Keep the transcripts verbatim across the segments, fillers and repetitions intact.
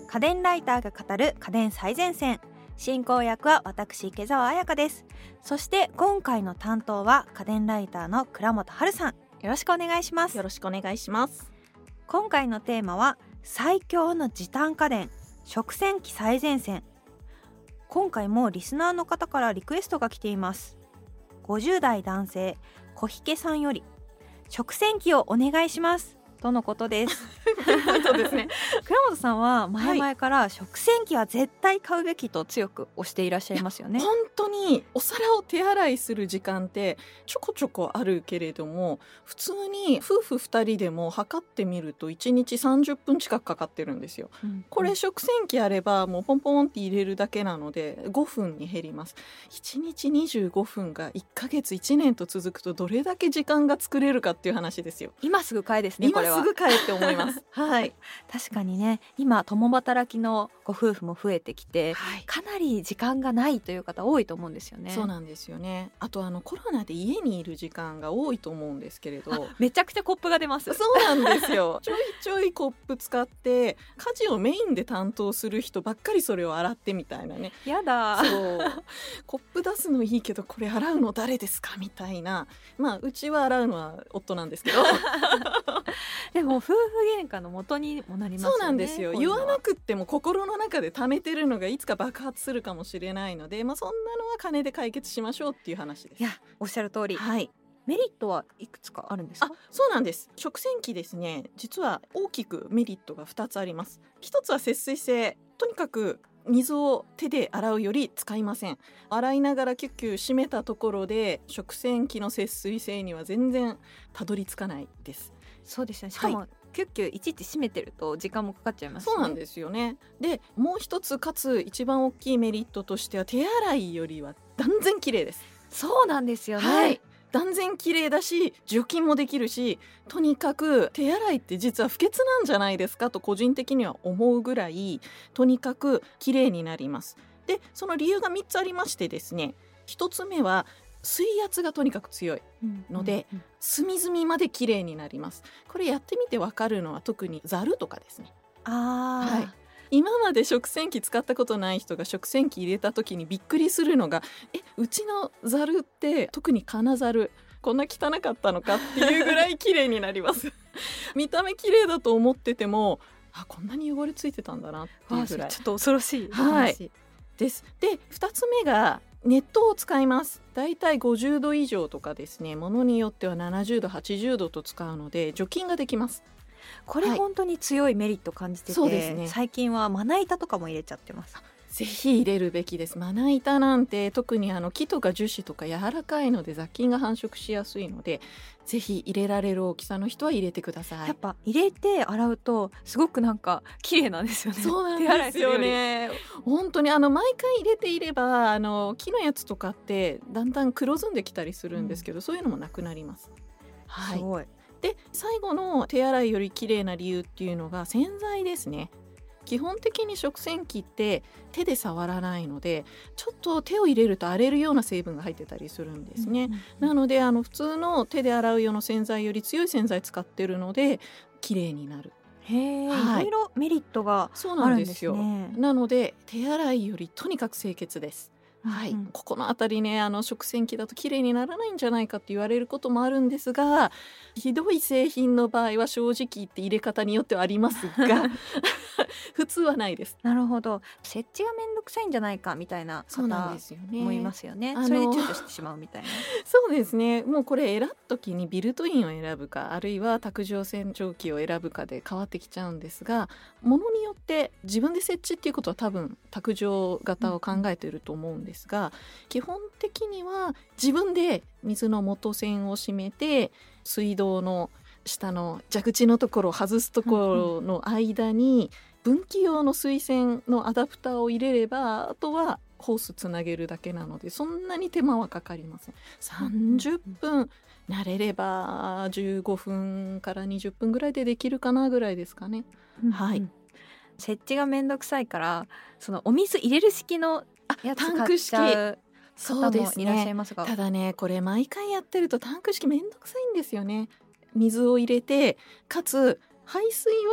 家電ライターが語る家電最前線。進行役は私池澤彩香です。そして今回の担当は家電ライターの倉本春さん、よろしくお願いします。 よろしくお願いします。 今回のテーマは最強の時短家電、食洗機最前線。今回もリスナーの方からリクエストが来ています。ごじゅう代男性小池さんより、食洗機をお願いしますとのことです。 そうですね。 倉本さんは前々から食洗機は絶対買うべきと強く推していらっしゃいますよね。 本当にお皿を手洗いする時間ってちょこちょこあるけれども、普通に夫婦ふたりでも測ってみるといちにちさんじゅっぷん近くかかってるんですよ、うん、これ食洗機あればもうポンポンって入れるだけなのでごふんに減ります。いちにちにじゅうごふんがいっかげついちねんと続くとどれだけ時間が作れるかっていう話ですよ。 今すぐ買えですね。これは今すぐ買えって思います。はい、 確かにね、今共働きのご夫婦も増えてきて、はい、かなり時間がないという方多いと思うんですよね。 そうなんですよね。あとあのコロナで家にいる時間が多いと思うんですけれど、 めちゃくちゃコップが出ます。 そうなんですよ。ちょいちょいコップ使って家事をメインで担当する人ばっかりそれを洗ってみたいなね。 やだ。 そうコップ出すのいいけどこれ洗うの誰ですかみたいな。まあうちは洗うのは夫なんですけどでも夫婦喧嘩の元にもなりますよね。 そうなんですよ。言わなくっても心の中で溜めてるのがいつか爆発するかもしれないので、まあ、そんなのは金で解決しましょうっていう話です。 いや、おっしゃる通り、 はい、 メリットはいくつかあるんですか？ あ、そうなんです。食洗機ですね、実は大きくメリットがふたつあります。ひとつは節水性。とにかく水を手で洗うより使いません。洗いながらキュッキュ閉めたところで食洗機の節水性には全然たどり着かないです。 そうですね。しかも、はい、キュッキュいちいち閉めてると時間もかかっちゃいますしね。 そうなんですよね。でもう一つ、かつ一番大きいメリットとしては手洗いよりは断然綺麗です。 そうなんですよね、 はい、断然綺麗だし除菌もできるし、とにかく手洗いって実は不潔なんじゃないですかと個人的には思うぐらい、とにかく綺麗になります。でその理由がみっつありましてですね、ひとつめは水圧がとにかく強いので、うんうんうん、隅々まで綺麗になります。これやってみてわかるのは特にザルとかですね。 あ、 はい、今まで食洗機使ったことない人が食洗機入れた時にびっくりするのが、えうちのザルって特に金ザルこんな汚かったのかっていうぐらい綺麗になります見た目綺麗だと思ってても、あこんなに汚れついてたんだなっていうぐらい、 ちょっと恐ろしい話、はい、です。でふたつめが熱湯を使います。だいたいごじゅうど以上とかですね、ものによってはななじゅうどはちじゅうどと使うので除菌ができます。 これ本当に強いメリット感じてて、そうですね、最近はまな板とかも入れちゃってます。 ぜひ入れるべきです。まな板なんて特にあの木とか樹脂とか柔らかいので雑菌が繁殖しやすいので、ぜひ入れられる大きさの人は入れてください。 やっぱ入れて洗うとすごくなんか綺麗なんですよね。 そうなんですよね。本当にあの毎回入れていればあの木のやつとかってだんだん黒ずんできたりするんですけど、うん、そういうのもなくなります。はい、すごい。で最後の手洗いより綺麗な理由っていうのが洗剤ですね。基本的に食洗機って手で触らないので、ちょっと手を入れると荒れるような成分が入ってたりするんですね、うんうんうん、なのであの普通の手で洗う用の洗剤より強い洗剤使ってるので綺麗になる。 へー、はい、いろいろメリットがあるんですね。そうなんですよ。 なので手洗いよりとにかく清潔です。はい、うんうん、ここのあたりね、あの食洗機だと綺麗にならないんじゃないかって言われることもあるんですが、ひどい製品の場合は正直言って入れ方によってはありますが普通はないです。 なるほど。設置がめんどくさいんじゃないかみたいな方もいますよね。それで躊躇してしまうみたいな。 そうですね。もうこれ選ぶときにビルトインを選ぶか、あるいは卓上洗浄機を選ぶかで変わってきちゃうんですが、ものによって自分で設置っていうことは多分卓上型を考えていると思うんですが、うん、基本的には自分で水の元栓を閉めて、水道の下の蛇口のところを外すところの間に分岐用の水栓のアダプターを入れれば、あとはホースつなげるだけなのでそんなに手間はかかりません。さんじゅっぷん慣れればじゅうごふんからにじゅっぷんぐらいでできるかなぐらいですかね、うん、はい。 設置がめんどくさいからそのお水入れる式のやつ買っちゃう方もいらっしゃいますが、 ただねこれ毎回やってるとタンク式めんどくさいんですよね。水を入れてかつ排水は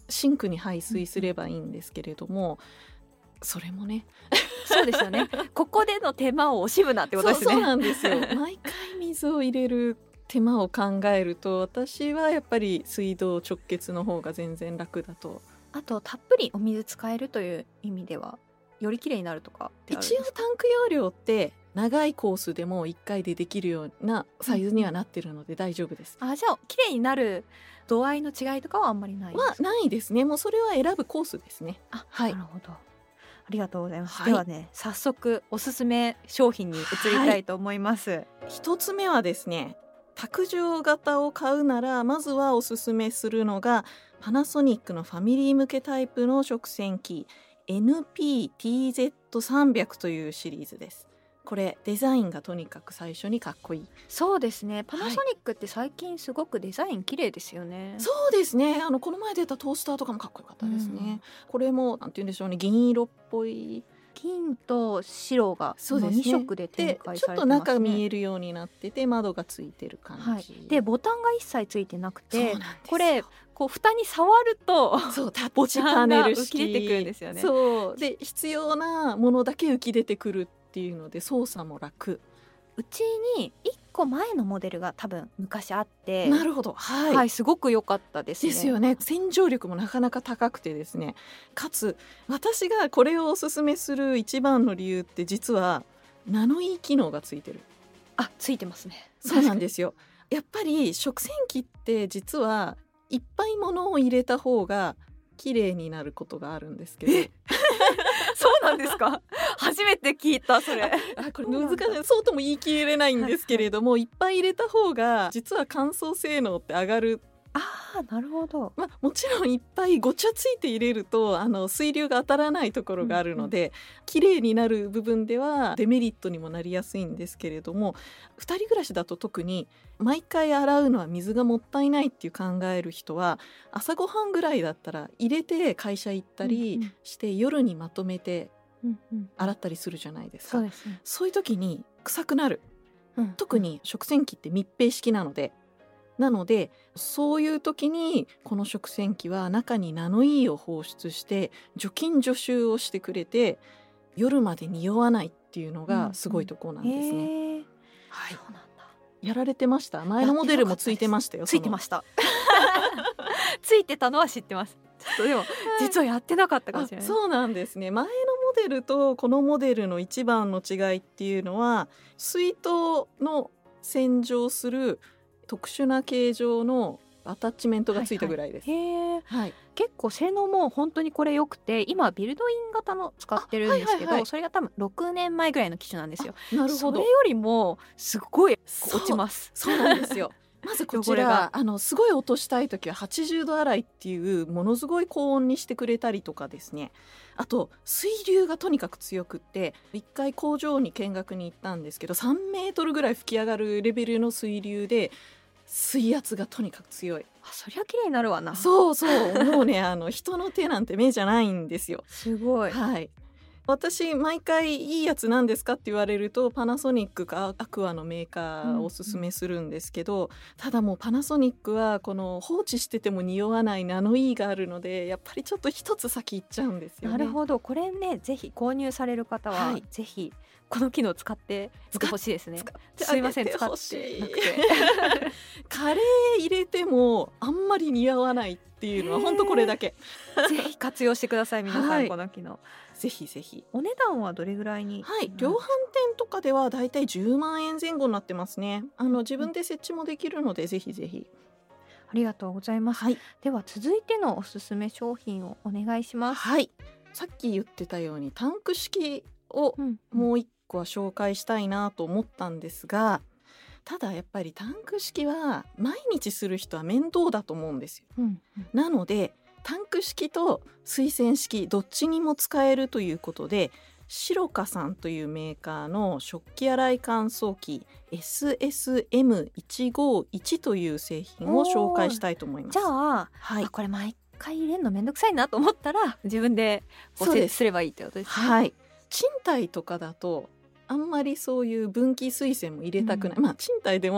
シンクに排水すればいいんですけれども、それもねそうですよねここでの手間を惜しむなってことですね。 そうそうなんですよ毎回水を入れる手間を考えると、私はやっぱり水道直結の方が全然楽だと。 あとたっぷりお水使えるという意味ではよりきれいになるとかってあるんですか？ 一応タンク容量って長いコースでもいっかいでできるようなサイズにはなってるので大丈夫です。 あ、じゃあきれいになる度合いの違いとかはあんまりないんですか？ はないですね。もうそれは選ぶコースですね。 あ、 はい、 なるほど、ありがとうございます、 はい、 ではね、早速おすすめ商品に移りたいと思います。はい、 一つ目はですね、卓上型を買うならまずはおすすめするのがパナソニックのファミリー向けタイプの食洗機 エヌピーティーゼットさんびゃく というシリーズです。これデザインがとにかく最初にかっこいい。 そうですね、パナソニックって最近すごくデザイン綺麗ですよね。 はい、そうですね、あのこの前出たトースターとかもかっこよかったですね。うん、これもなんて言うんでしょうね、銀色っぽい、 金と白がに色で展開されてますね。 ちょっと中見えるようになってて窓がついてる感じ、はい、 でボタンが一切ついてなくて、これこう蓋に触るとそうタッチパネル浮き出てくるんですよね。 そうで必要なものだけ浮き出てくるっていうので操作も楽。 うちにいっこまえのモデルが多分昔あって、 なるほど、はい、 はい、すごく良かったですね。 ですよね。洗浄力もなかなか高くてですね、かつ私がこれをおすすめする一番の理由って実はナノイー機能がついてる。 あ、ついてますね。 そうなんですよ。やっぱり食洗機って実はいっぱい物を入れた方が綺麗になることがあるんですけどそうなんですか初めて聞いたそれ。 あ、これ難しい、そうとも言い切れないんですけれども、はいはい、いっぱい入れた方が実は乾燥性能って上がる。 あー、なるほど。 まあ、もちろんいっぱいごちゃついて入れるとあの水流が当たらないところがあるので、うんうん、綺麗になる部分ではデメリットにもなりやすいんですけれども、ふたり暮らしだと特に毎回洗うのは水がもったいないっていう考える人は朝ごはんぐらいだったら入れて会社行ったりして、うんうん、夜にまとめて洗ったりするじゃないですか。 そうですね。 そういう時に臭くなる、 うん、 特に食洗機って密閉式なのでなのでそういう時にこの食洗機は中にナノイーを放出して除菌除臭をしてくれて夜まで匂わないっていうのがすごいところなんですね。うんうん、 へー、 はい、 そうなんだ。 やられてました。前のモデルもついてましたよ。 ついてましたついてたのは知ってます。ちょっとでも、はい、実はやってなかったかもしれない。 そうなんですね。前のモデルとこのモデルの一番の違いっていうのは水筒の洗浄する特殊な形状のアタッチメントがついたぐらいです。 はいはい、へー、 はい、 結構性能も本当にこれ良くて今ビルドイン型の使ってるんですけど、はいはいはい、それが多分ろくねんまえぐらいの機種なんですよ。 なるほど。 それよりもすごい落ちます。 そうなんですよまずこちらあのすごい落としたい時ははちじゅうど洗いっていうものすごい高温にしてくれたりとかですね、あと水流がとにかく強くって一回工場に見学に行ったんですけどさんメートルぐらい吹き上がるレベルの水流で水圧がとにかく強い。 あ、そりゃ綺麗になるわな。 そうそうもうねあの人の手なんて目じゃないんですよ。 すごい。 はい、私毎回いいやつなんですかって言われるとパナソニックかアクアのメーカーをおすすめするんですけど、うんうん、ただもうパナソニックはこの放置してても匂わないナノイーがあるのでやっぱりちょっと一つ先行っちゃうんですよね。 なるほど。これねぜひ購入される方は、はい、ぜひこの機能使ってみてほしいですね。すいません使ってなくてカレー入れてもあんまり似合わないっていうのは本当これだけぜひ活用してください皆さん、はい、この機能ぜひぜひ。 お値段はどれぐらいに？ はい、量販店とかではだいたいじゅうまんえん前後になってますね。あの自分で設置もできるので、うん、ぜひぜひ。 ありがとうございます、はい、では続いてのおすすめ商品をお願いします。 はい、さっき言ってたようにタンク式をもう一個は紹介したいなと思ったんですが、ただやっぱりタンク式は毎日する人は面倒だと思うんですよ、うんうん、なのでタンク式と水洗式どっちにも使えるということでシロカさんというメーカーの食器洗い乾燥機 エスエスエムいちごいち という製品を紹介したいと思います。 じゃあ、はい、あこれ毎回入れるのめんどくさいなと思ったら自分で設置すればいいってことですね。 はい、賃貸とかだとあんまりそういう分岐水洗も入れたくない、うん、まあ賃貸でも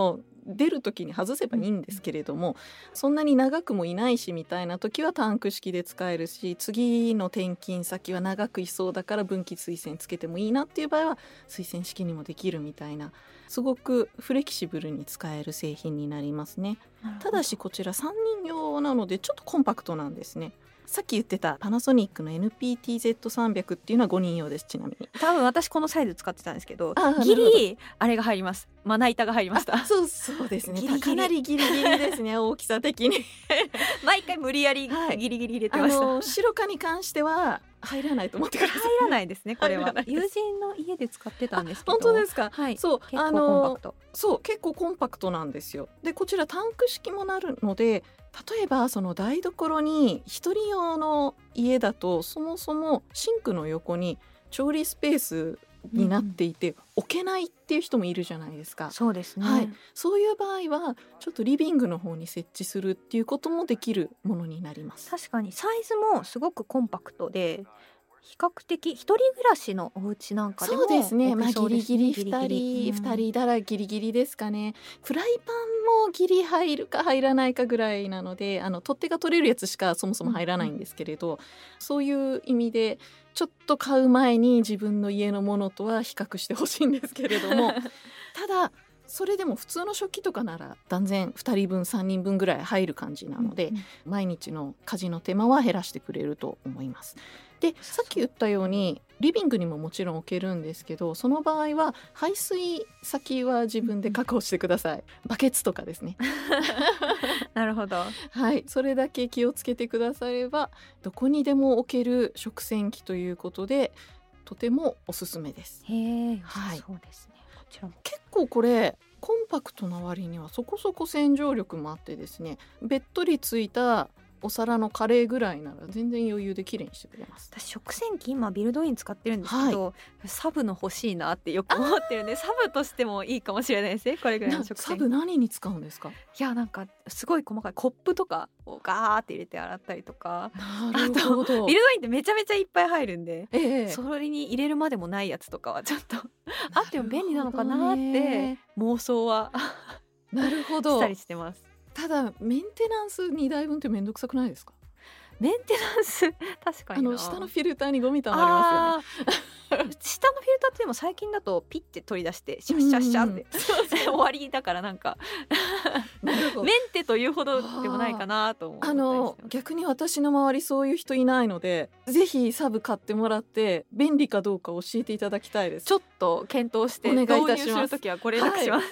出る時に外せばいいんですけれども、そんなに長くもいないしみたいな時はタンク式で使えるし、次の転勤先は長くいそうだから分岐水栓つけてもいいなっていう場合は水栓式にもできるみたいな、すごくフレキシブルに使える製品になりますね。ただしこちらさんにん用なのでちょっとコンパクトなんですね。さっき言ってたパナソニックの エヌピーティーゼットさんびゃく っていうのはごにん用です。ちなみに多分私このサイズ使ってたんですけど、 あギリあれが入ります。まな板が入りました。 そうそうですね、 ギリギリかなりギリギリですね大きさ的に毎回無理やりはいギリギリ入れてました、 あの白化に関しては入らないと思ってください。 入らないですねこれは。 入らないです友人の家で使ってたんですけど。 本当ですか。 はい、 そう結構コンパクト。 そう結構コンパクトなんですよ。でこちらタンク式もなるので、例えばその台所に一人用の家だとそもそもシンクの横に調理スペースになっていて、うん、置けないっていう人もいるじゃないですか。 そうですね、 はい、そういう場合はちょっとリビングの方に設置するっていうこともできるものになります。 確かにサイズもすごくコンパクトで、比較的一人暮らしのお家なんかでもそうですね、まあ、ギリギリギリ 2 ギリ人、うん、ふたりいたらギリギリですかね。フライパンもギリ入るか入らないかぐらいなので、あの取っ手が取れるやつしかそもそも入らないんですけれど、うん、そういう意味でちょっと買う前に自分の家のものとは比較してほしいんですけれどもただそれでも普通の食器とかなら断然ふたりぶんさんにんぶんぐらい入る感じなので、うんうん、毎日の家事の手間は減らしてくれると思います。でさっき言ったようにリビングにももちろん置けるんですけど、その場合は排水先は自分で確保してください。バケツとかですねなるほど、 はい、それだけ気をつけてくださればどこにでも置ける食洗機ということでとてもおすすめです。 へー、 はい、 そうですね。こちらも結構これコンパクトな割にはそこそこ洗浄力もあってですね、べっとりついたお皿のカレーぐらいなら全然余裕できれいにしてくれます。 私食洗機今ビルドイン使ってるんですけど、はい、サブの欲しいなってよく思ってるんで、サブとしてもいいかもしれないですね。これぐらいの食洗機。 サブ何に使うんですか？ いやなんかすごい細かいコップとかをガーって入れて洗ったりとか、 なるほど。 ビルドインってめちゃめちゃいっぱい入るんで、 ええ、 それに入れるまでもないやつとかはちょっとあっても便利なのかなって妄想はなるほどしたりしてます。 ただメンテナンスにだいぶんってめんどくさくないですか？ メンテナンス確かにな。 あの下のフィルターにゴミ溜まりますよね。 下のフィルターってでも最近だとピッて取り出してシャッシャッシャッって終わりだからなんかメンテというほどでもないかなと思う。 あの逆に私の周りそういう人いないので、ぜひサブ買ってもらって便利かどうか教えていただきたいです。 ちょっと検討してお願いいたします。 導入するときはご連絡します。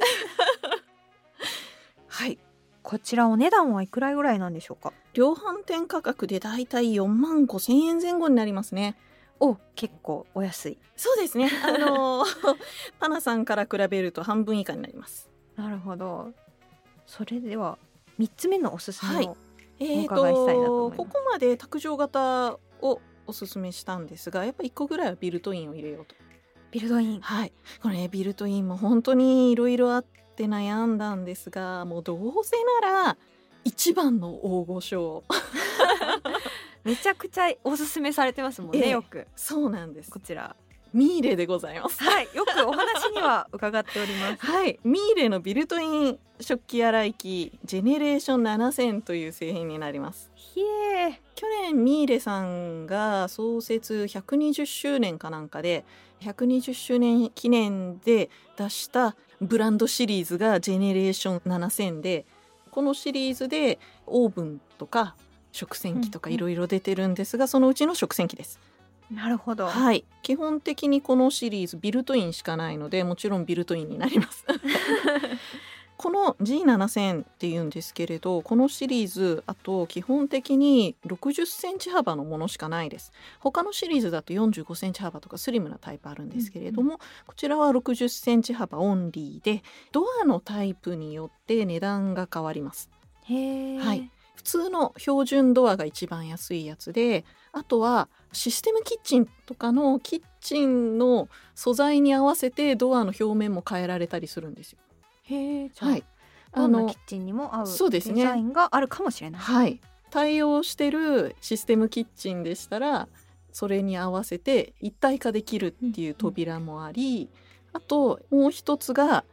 はい、はいこちらお値段はいくらぐらいなんでしょうか？ 量販店価格でだいたいよんまんごせんえん前後になりますね。 お、結構お安い。 そうですね、あのパナさんから比べると半分以下になります。 なるほど。それではみっつめのおすすめをお伺いしたいなと思います。ここまで卓上型をおすすめしたんですが、やっぱいっこぐらいはビルトインを入れようと。 ビルトイン、 はい、これ、ね、ビルトインも本当にいろいろあって悩んだんですが、もうどうせなら一番の大御所めちゃくちゃおすすめされてますもんね、ええ、よく。 そうなんです。 こちらミーレでございます。 はい、よくお話には伺っております。 はい、ミーレのビルトイン食器洗い機ジェネレーションななせんという製品になります。 ひえ。 去年ミーレさんが創設ひゃくにじゅっしゅうねんかなんかでひゃくにじゅっしゅうねん記念で出したブランドシリーズがジェネレーションななせんで、このシリーズでオーブンとか食洗機とかいろいろ出てるんですが、うんうん、そのうちの食洗機です。 なるほど。 はい、基本的にこのシリーズビルトインしかないので、もちろんビルトインになりますこの ジーななせん っていうんですけれど、このシリーズあと基本的にろくじゅっセンチ幅のものしかないです。他のシリーズだとよんじゅうごセンチ幅とかスリムなタイプあるんですけれども、うんうん、こちらはろくじゅっセンチ幅オンリーで、ドアのタイプによって値段が変わります。 へー、 はい、普通の標準ドアが一番安いやつで、あとはシステムキッチンとかのキッチンの素材に合わせてドアの表面も変えられたりするんですよ。 へー、じゃあ、 はい、 どんなキッチンにも合うデザインがあるかもしれない。 はい、対応してるシステムキッチンでしたらそれに合わせて一体化できるっていう扉もあり、うんうん、あともう一つが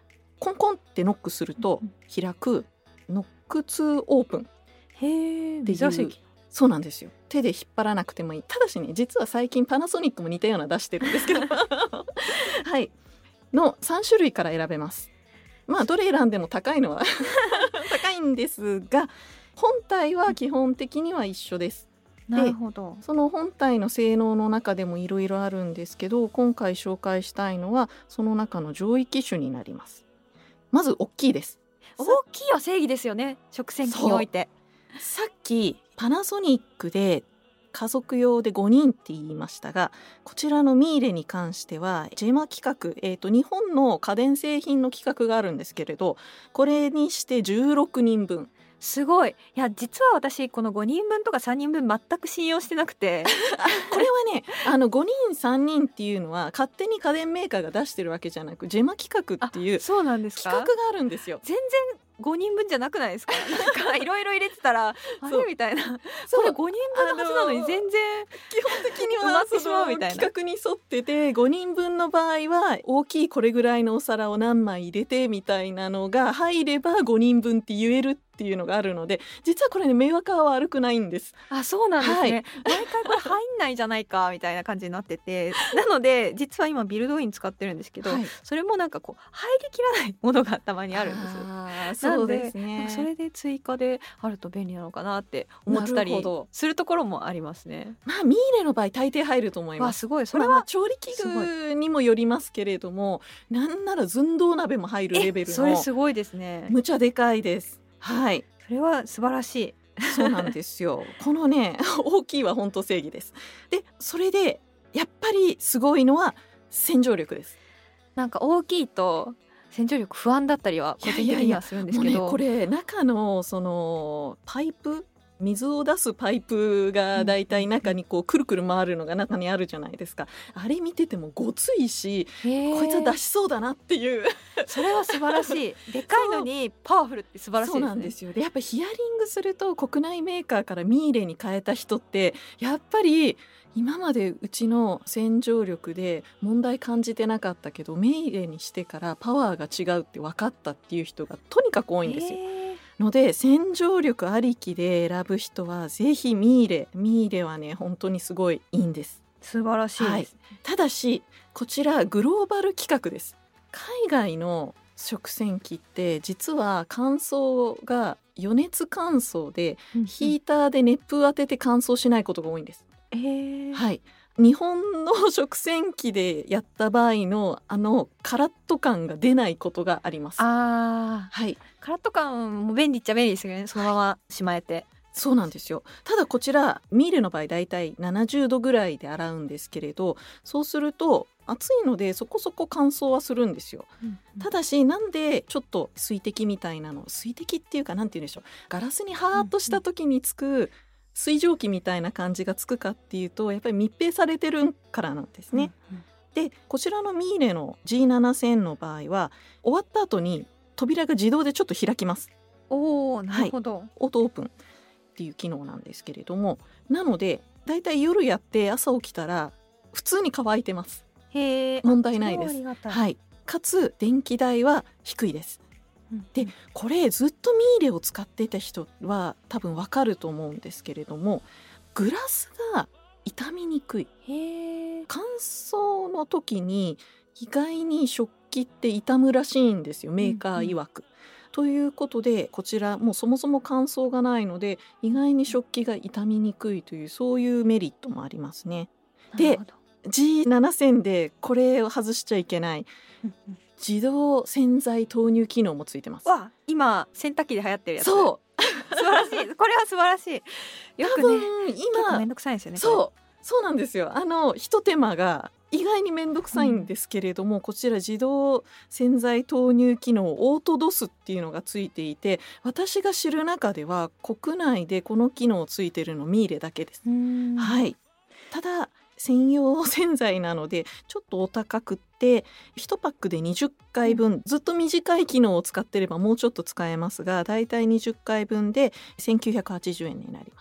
コンコンってノックすると開くノックツーオープン。 へえ、 で珍しい。 そうなんですよ。手で引っ張らなくてもいい。ただしね、実は最近パナソニックも似たような出してるんですけどはいのさん種類から選べます。まあどれ選んでも高いのは高いんですが、本体は基本的には一緒です。 なるほど。 その本体の性能の中でもいろいろあるんですけど、今回紹介したいのはその中の上位機種になります。まず大きいです。 大きいは正義ですよね、食洗機において。 さっきパナソニックで家族用でごにんって言いましたが、こちらのミーレに関してはジェマ規格、えーと、日本の家電製品の規格があるんですけれど、これにしてじゅうろくにんぶん。 すごい。いや実は私このごにんぶんとかさんにんぶん全く信用してなくてこれはね、あのごにんさんにんっていうのは勝手に家電メーカーが出してるわけじゃなく、ジェマ規格っていうそうなんですか。 規格があるんですよ。 全然ごにんぶんじゃなくないですか。なんかいろいろ入れてたらあれみたいな、 そうこれごにんぶんのはずなのに全然基本的に埋まはってしまうみたいなその規格に沿ってて、ごにんぶんの場合は大きいこれぐらいのお皿を何枚入れてみたいなのが入ればごにんぶんって言えるっていうのがあるので、実はこれね、迷惑は悪くないんです。 あ、そうなんですね、 はい、 毎回これ入んないじゃないかみたいな感じになっててなので実は今ビルドイン使ってるんですけど、はい、それもなんかこう入りきらないものがたまにあるんですよ。 あ、そうですね。 それで追加であると便利なのかなって思ってたりするところもありますね。 まあミーレの場合大抵入ると思います。 すごい。それは、 まあ、調理器具にもよりますけれども、なんなら寸胴鍋も入るレベルの、 それすごいですね。 むちゃでかいです。はい、 それは素晴らしい。 そうなんですよ。このね、大きいは本当正義です。でそれでやっぱりすごいのは洗浄力です。 なんか大きいと洗浄力不安だったりは個人的にはするんですけど、いやいやいや、 もうね、これ中のそのパイプ、水を出すパイプがだいたい中にこうくるくる回るのが中にあるじゃないですか。あれ見ててもごついし、こいつは出しそうだなっていうそれは素晴らしい。でかいのにパワフルって素晴らしいですね。 そうなんですよ。でやっぱヒアリングすると国内メーカーからミーレに変えた人ってやっぱり今までうちの洗浄力で問題感じてなかったけどミーレにしてからパワーが違うって分かったっていう人がとにかく多いんですよ。ので洗浄力ありきで選ぶ人はぜひミーレミーレはね本当にすごいいいんです。 素晴らしいです、はい、 ただしこちらグローバル規格です。海外の食洗機って実は乾燥が余熱乾燥で、うんうん、ヒーターで熱風当てて乾燥しないことが多いんです。 えーはい、日本の食洗機でやった場合のあのカラッと感が出ないことがあります。 あ、 はい、 カラッと感も便利っちゃ便利ですよね。そのまましまえて、はい、 そうなんですよ。ただこちらミーレの場合だいたいななじゅうどぐらいで洗うんですけれど、そうすると暑いのでそこそこ乾燥はするんですよ、うんうん、ただしなんでちょっと水滴みたいなの、水滴っていうかなんて言うんでしょう、ガラスにハーッとした時につく水蒸気みたいな感じがつくかっていうとやっぱり密閉されてるからなんですね、うんうん、でこちらのミーレの ジーななせん の場合は終わった後に扉が自動でちょっと開きます。 おー、なるほど、はい、 オートオープンっていう機能なんですけれども、なのでだいたい夜やって朝起きたら普通に乾いてます。 へー、 問題ないです。はい、かつ電気代は低いです、うん、でこれずっとミーレを使っていた人は多分わかると思うんですけれども、グラスが傷みにくい。 へー、 乾燥の時に意外に食器って傷むらしいんですよ、メーカー曰く、うんうん、ということでこちらもうそもそも乾燥がないので意外に食器が傷みにくいというそういうメリットもありますね。でジーななせん でこれを外しちゃいけない自動洗剤投入機能もついてます。 わ、今洗濯機で流行ってるやつ。 そう素晴らしい。これは素晴らしい。よくね、今めんどくさいですよね。 そうそうなんですよ。あのひと手間が意外にめんどくさいんですけれども、うん、こちら自動洗剤投入機能オートドスっていうのがついていて、私が知る中では国内でこの機能ついてるのミーレだけです。はい、ただ専用洗剤なのでちょっとお高くっていちパックでにじゅっかいぶん、ずっと短い機能を使ってればもうちょっと使えますがだいたいにじゅっかいぶんでせんきゅうひゃくはちじゅうえんになります。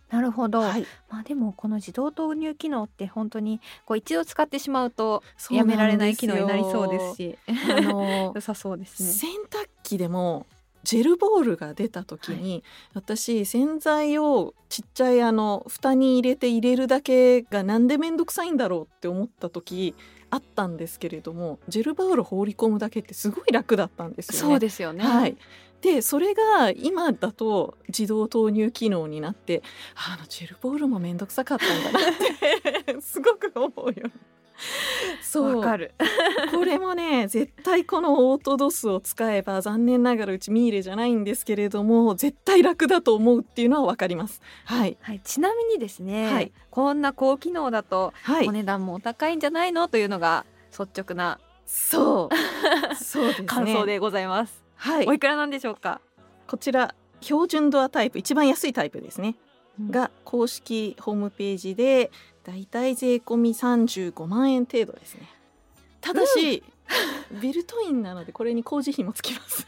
なるほど、 はい、 まあ、でもこの自動投入機能って本当にこう一度使ってしまうとそうなんですよやめられない機能になりそうですしあの良さそうですね。 洗濯機でもジェルボールが出た時に、はい、私洗剤をちっちゃいあの蓋に入れて入れるだけがなんでめんどくさいんだろうって思った時あったんですけれども、ジェルボール放り込むだけってすごい楽だったんですよね。 そうですよね、 はい、でそれが今だと自動投入機能になって、あのジェルボールもめんどくさかったんだなってすごく思うよ。そうわかるこれもね絶対このオートドスを使えば、残念ながらうちミーレじゃないんですけれども絶対楽だと思うっていうのは分かります。はい、 はい、ちなみにですね、 はい、 こんな高機能だとはいお値段もお高いんじゃないのというのが率直なそうそうですね感想でございます。 はい、 おいくらなんでしょうか？ こちら標準ドアタイプ、一番安いタイプですね、 うん、 が公式ホームページでだいたい税込みさんじゅうごまんえん程度ですね。ただし、うん、ビルトインなのでこれに工事費もつきます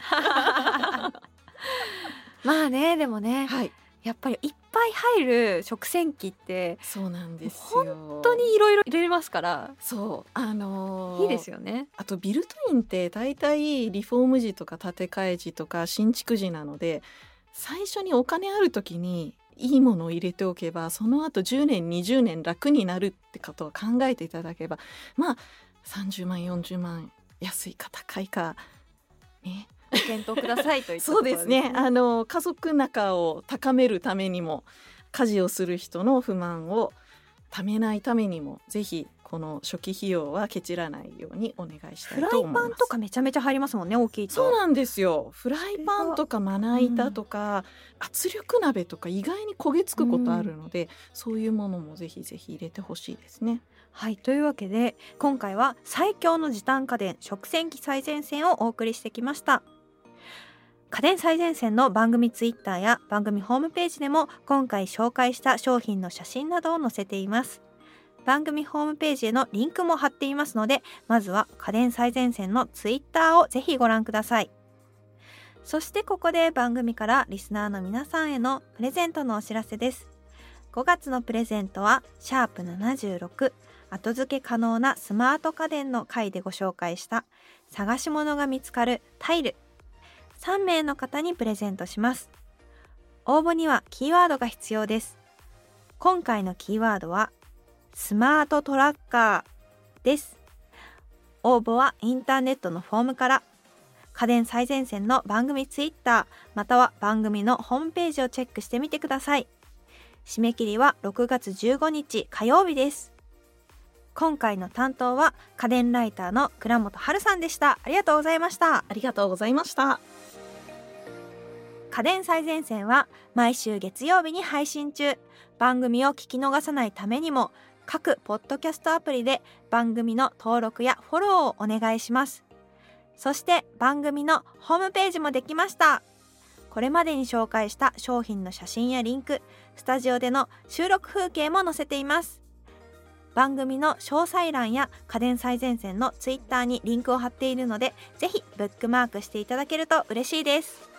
まあね、でもね、 はい、 やっぱりいっぱい入る食洗機ってそうなんですよ。 本当にいろいろ入れますから、 そうあのー、 いいですよね。 あとビルトインってだいたいリフォーム時とか建て替え時とか新築時なので、最初にお金ある時にいいものを入れておけば、その後じゅうねんにじゅうねん楽になるってことを考えていただけば、まあさんじゅうまんよんじゅうまん安いか高いかね、 ご検討くださいといったそうですね、あの家族仲を高めるためにも、家事をする人の不満をためないためにも、ぜひこの初期費用はケチらないようにお願いしたいと思います。 フライパンとかめちゃめちゃ入りますもんね、大きいと。 そうなんですよ。フライパンとかまな板とか、うん、圧力鍋とか意外に焦げつくことあるので、うん、そういうものもぜひぜひ入れてほしいですね。 はい、というわけで今回は最強の時短家電食洗機最前線をお送りしてきました。家電最前線の番組ツイッターや番組ホームページでも今回紹介した商品の写真などを載せています。番組ホームページへのリンクも貼っていますので、まずは家電最前線のツイッターをぜひご覧ください。そしてここで番組からリスナーの皆さんへのプレゼントのお知らせです。ごがつのプレゼントはシャープななじゅうろく後付け可能なスマート家電の回でご紹介した探し物が見つかるタイルさんめいの方にプレゼントします。応募にはキーワードが必要です。今回のキーワードはスマートトラッカーです。応募はインターネットのフォームから、家電最前線の番組ツイッターまたは番組のホームページをチェックしてみてください。締め切りはろくがつじゅうごにち火曜日です。今回の担当は家電ライターの倉本春さんでした。ありがとうございました。 ありがとうございました。 家電最前線は毎週月曜日に配信中。番組を聞き逃さないためにも各ポッドキャストアプリで番組の登録やフォローをお願いします。そして番組のホームページもできました。これまでに紹介した商品の写真やリンク、スタジオでの収録風景も載せています。番組の詳細欄や家電最前線のツイッターにリンクを貼っているので、ぜひブックマークしていただけると嬉しいです。